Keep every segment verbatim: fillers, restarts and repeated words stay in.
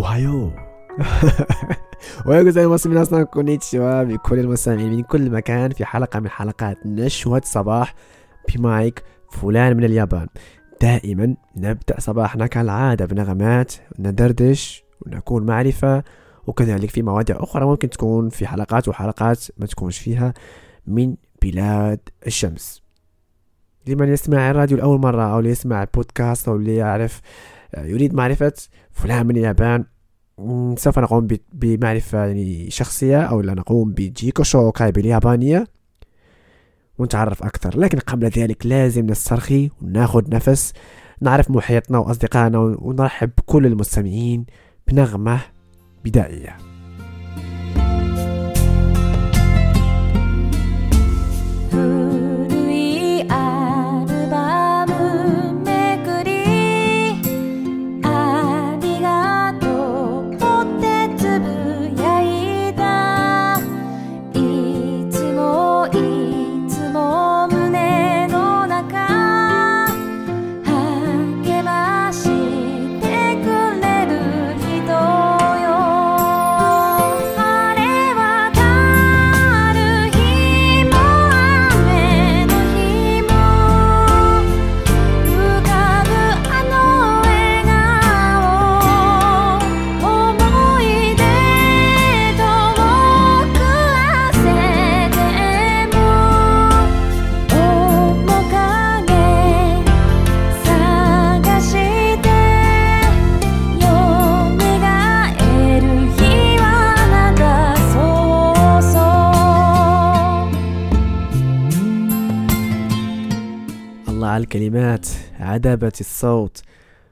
وهايو ويوغوزايماسو ميناسان كونيتشوا بكل المستمعين من كل مكان في حلقة من حلقات نشوة صباح بمايك فلان من اليابان. دائما نبدأ صباحنا كالعادة بنغمات، ندردش ونكون معرفة، وكذلك في مواضيع أخرى ممكن تكون في حلقات وحلقات ما تكونش فيها من بلاد الشمس. لمن يسمع الراديو لأول مرة أو ليسمع بودكاست أو اللي يعرف يريد معرفة فلان من اليابان، سوف نقوم بمعرفة يعني شخصية أو لا نقوم بجيكو شوكاي باليابانية ونتعرف أكثر. لكن قبل ذلك لازم نسترخي وناخد نفس، نعرف محيطنا وأصدقائنا ونرحب بكل المستمعين بنغمة بدائية. الكلمات عذبة الصوت.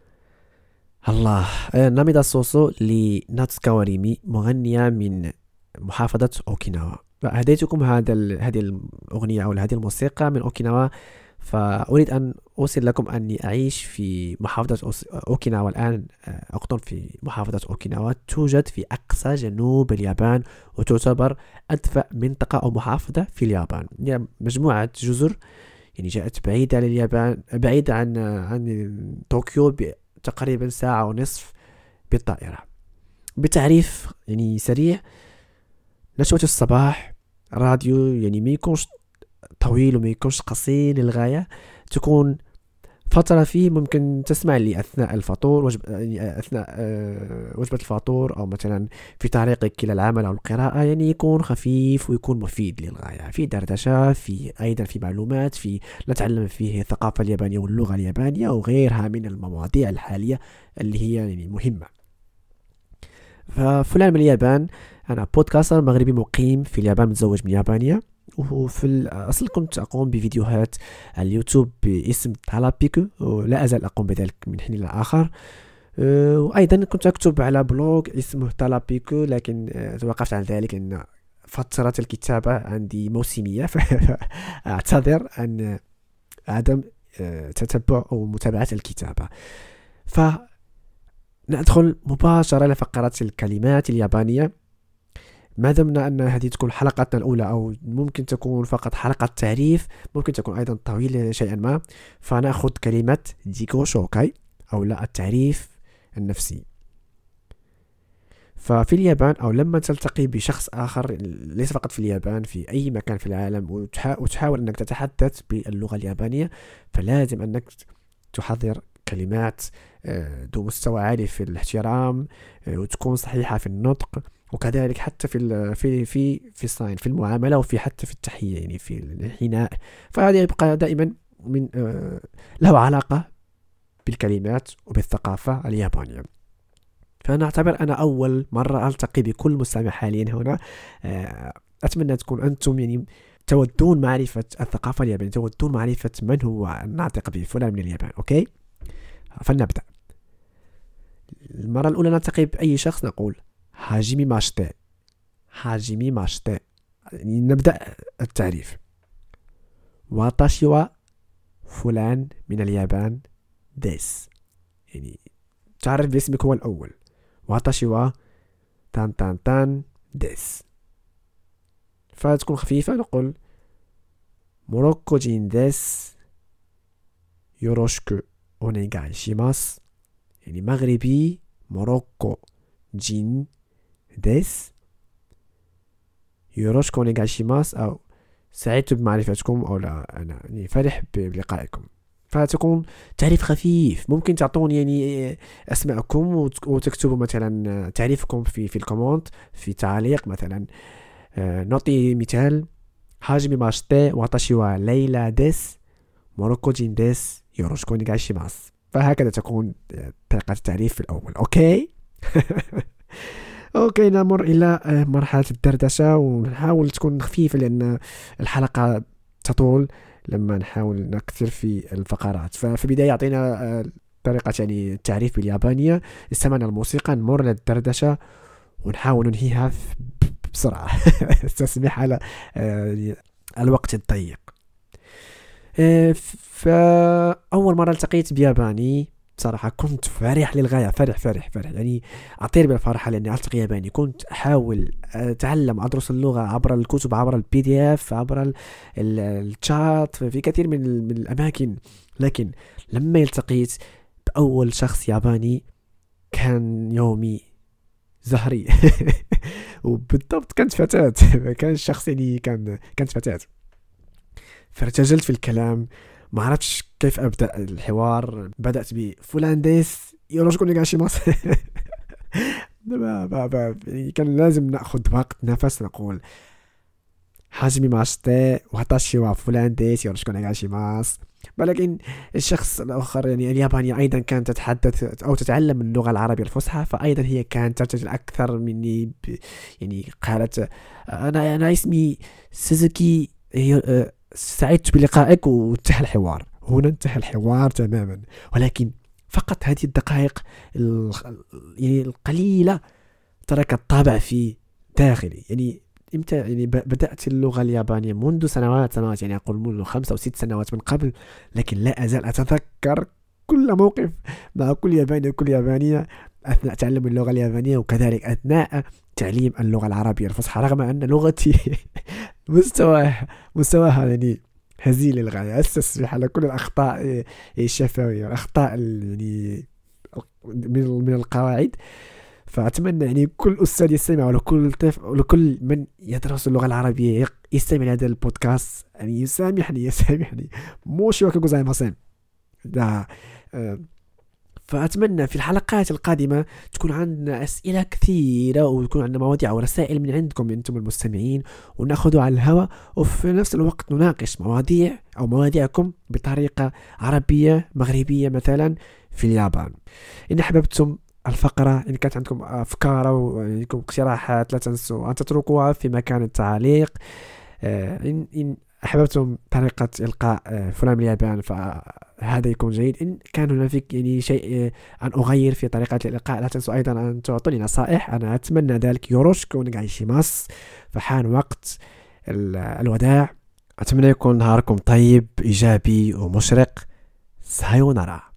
الله. ناميدا سوسو لناتسوكا وريمي، مغنية من محافظة أوكيناوا. هديتكم هذا هذه الأغنية أو هذه الموسيقى من أوكيناوا، فأريد أن أوصل لكم أني أعيش في محافظة أوكيناوا الآن. أقطن في محافظة أوكيناوا، توجد في أقصى جنوب اليابان وتعتبر أدفأ منطقة أو محافظة في اليابان. هي مجموعة جزر يعني جاءت بعيدة عن اليابان، بعيدة عن عن طوكيو بتقريبا ساعة ونصف بالطائرة. بتعريف يعني سريع، نشوة الصباح راديو يعني ما يكونش طويل وما يكونش قصير للغاية، تكون فترة فيه ممكن تسمع لي أثناء الفطور وجب... يعني أثناء أه... وجبة الفطور، أو مثلا في طريقك إلى العمل أو القراءة. يعني يكون خفيف ويكون مفيد للغاية، في دردشة، في أيضا في معلومات، في نتعلم فيه الثقافة اليابانية واللغة اليابانية وغيرها من المواضيع الحالية اللي هي يعني مهمة. ففلان من اليابان، أنا بودكاستر مغربي مقيم في اليابان، متزوج من يابانية، وفي الأصل كنت أقوم بفيديوهات على اليوتيوب باسم تالابيكو، ولا أزال أقوم بذلك من حين لآخر. وأيضا كنت أكتب على بلوج اسمه تالابيكو، لكن توقفت عن ذلك لأن فترة الكتابة عندي موسمية، فأعتذر عن عدم تتبع أو متابعة الكتابة. فندخل مباشرة لفقرة الكلمات اليابانية. ما دمنا أن هذه تكون حلقتنا الأولى، أو ممكن تكون فقط حلقة تعريف، ممكن تكون أيضا طويلة شيئا ما، فنأخذ كلمة جيكو شوكاي أو لا التعريف النفسي. ففي اليابان أو لما تلتقي بشخص آخر، ليس فقط في اليابان، في أي مكان في العالم، وتحاول أنك تتحدث باللغة اليابانية، فلازم أنك تحضر كلمات ذو مستوى عالي في الاحترام وتكون صحيحة في النطق، وكذلك حتى في في في في الصين في المعاملة، وفي حتى في التحية يعني في الحناء. فهذا يبقى دائما من آه له علاقة بالكلمات وبالثقافة اليابانية. فأنا أعتبر أنا أول مرة ألتقي بكل مستمع حاليا هنا. آه أتمنى تكون أنتم يعني تودون معرفة الثقافة اليابانية، تودون معرفة من هو الناطق بفلان من اليابان. أوكي، فلنبدأ. المرة الأولى نلتقي بأي شخص نقول هاجيمي ماشتي، هاجيمي ماشتي. يعني نبدأ التعريف. واتاشي وا فلان من اليابان ديس، يعني تعرف باسمك هو الأول. واتاشي وا تان تان تان ديس. فتكون خفيفة، نقول موروكو جين ديس يوروشكو اونيغاي شيماس. يعني مغربي موروكو جين ديس يوروشكو نيغاشيماس، أو سعدت بمعرفتكم، أو لا أنا يعني فرح بلقائكم. فتكون تعريف خفيف. ممكن تعطوني يعني أسماءكم وتكتبوا مثلا تعريفكم في في الكومنت، في تعليق مثلا. آه، نعطي مثال: هاجمي ماشتي واتاشي وا ليلى ديس موروكو جين ديس يوروشكو نيغاشيماس. فهكذا تكون طريقة التعريف في الأول. أوكي. أوكي، نمر إلى مرحلة الدردشة، ونحاول تكون خفيفة لأن الحلقة تطول لما نحاول نكثر في الفقرات. ففي البداية أعطينا طريقة يعني التعريف باليابانية، استمعنا الموسيقى، نمر للدردشة ونحاول ننهيها بسرعة. تسمح على الوقت الضيق. فأول مرة التقيت بياباني بصراحة كنت فرح للغاية، فرح فرح فرح يعني أطير بالفرحة لأني ألتقي ياباني. كنت أحاول أتعلم أدرس اللغة عبر الكتب، عبر البي دي اف، عبر الشات في كثير من, من الأماكن. لكن لما التقيت بأول شخص ياباني كان يومي زهري. وبالضبط كانت فتاة. كان الشخص يعني كان كانت فتاة. فارتجلت في الكلام، ما عرفتش كيف أبدأ الحوار. بدأت بفلان ديس يوروشكو نيغاشيماس. كان لازم نأخذ وقت نفس، نقول حاجمي ماشتي واتاشي وا فلان ديس يوروشكو نيغاشيماس. ولكن الشخص الآخر يعني اليابانية أيضا كانت تتحدث أو تتعلم اللغة العربية الفصحى، فأيضا هي كانت ترتجل أكثر مني. يعني قالت أنا أنا اسمي سوزوكي، سعدت بلقائك، وانتهى الحوار. هنا انتهى الحوار تماما. ولكن فقط هذه الدقائق يعني القليلة تركت طابع في داخلي. يعني امتى يعني بدأت اللغة اليابانية؟ منذ سنوات سنوات يعني أقول منذ خمسة أو ست سنوات من قبل. لكن لا أزال أتذكر كل موقف مع كل ياباني وكل يابانية أثناء تعلم اللغة اليابانية، وكذلك أثناء تعليم اللغة العربية الفصحى، رغم أن لغتي مستواها مستواها يعني هزيل للغاية. أستسمح على كل الأخطاء الشفوية والأخطاء يعني من من القواعد. فأتمنى يعني كل أستاذ يستمع، ولكل طفل، ولكل من يدرس اللغة العربية يستمع لهذا البودكاست يعني يسامحني يسامحني موشي وكوزاي ماسين ده. فأتمنى في الحلقات القادمة تكون عندنا أسئلة كثيرة، ويكون عندنا مواضيع ورسائل من عندكم أنتم المستمعين، ونأخذها على الهواء، وفي نفس الوقت نناقش مواضيع أو مواضيعكم بطريقة عربية مغربية مثلا في اليابان. إن أحببتم الفقرة، إن كانت عندكم أفكار أو عندكم اقتراحات، لا تنسوا أن تتركوها في مكان التعليق. إن, إن أحببتم طريقة إلقاء فلان من اليابان فهذا يكون جيد. إن كان هناك يعني شيء أن أغير في طريقة الإلقاء، لا تنسوا أيضا أن تعطوني نصائح، أنا أتمنى ذلك. يوروشكو نيغاشيماس. فحان وقت الوداع. أتمنى يكون نهاركم طيب إيجابي ومشرق. سايونارا.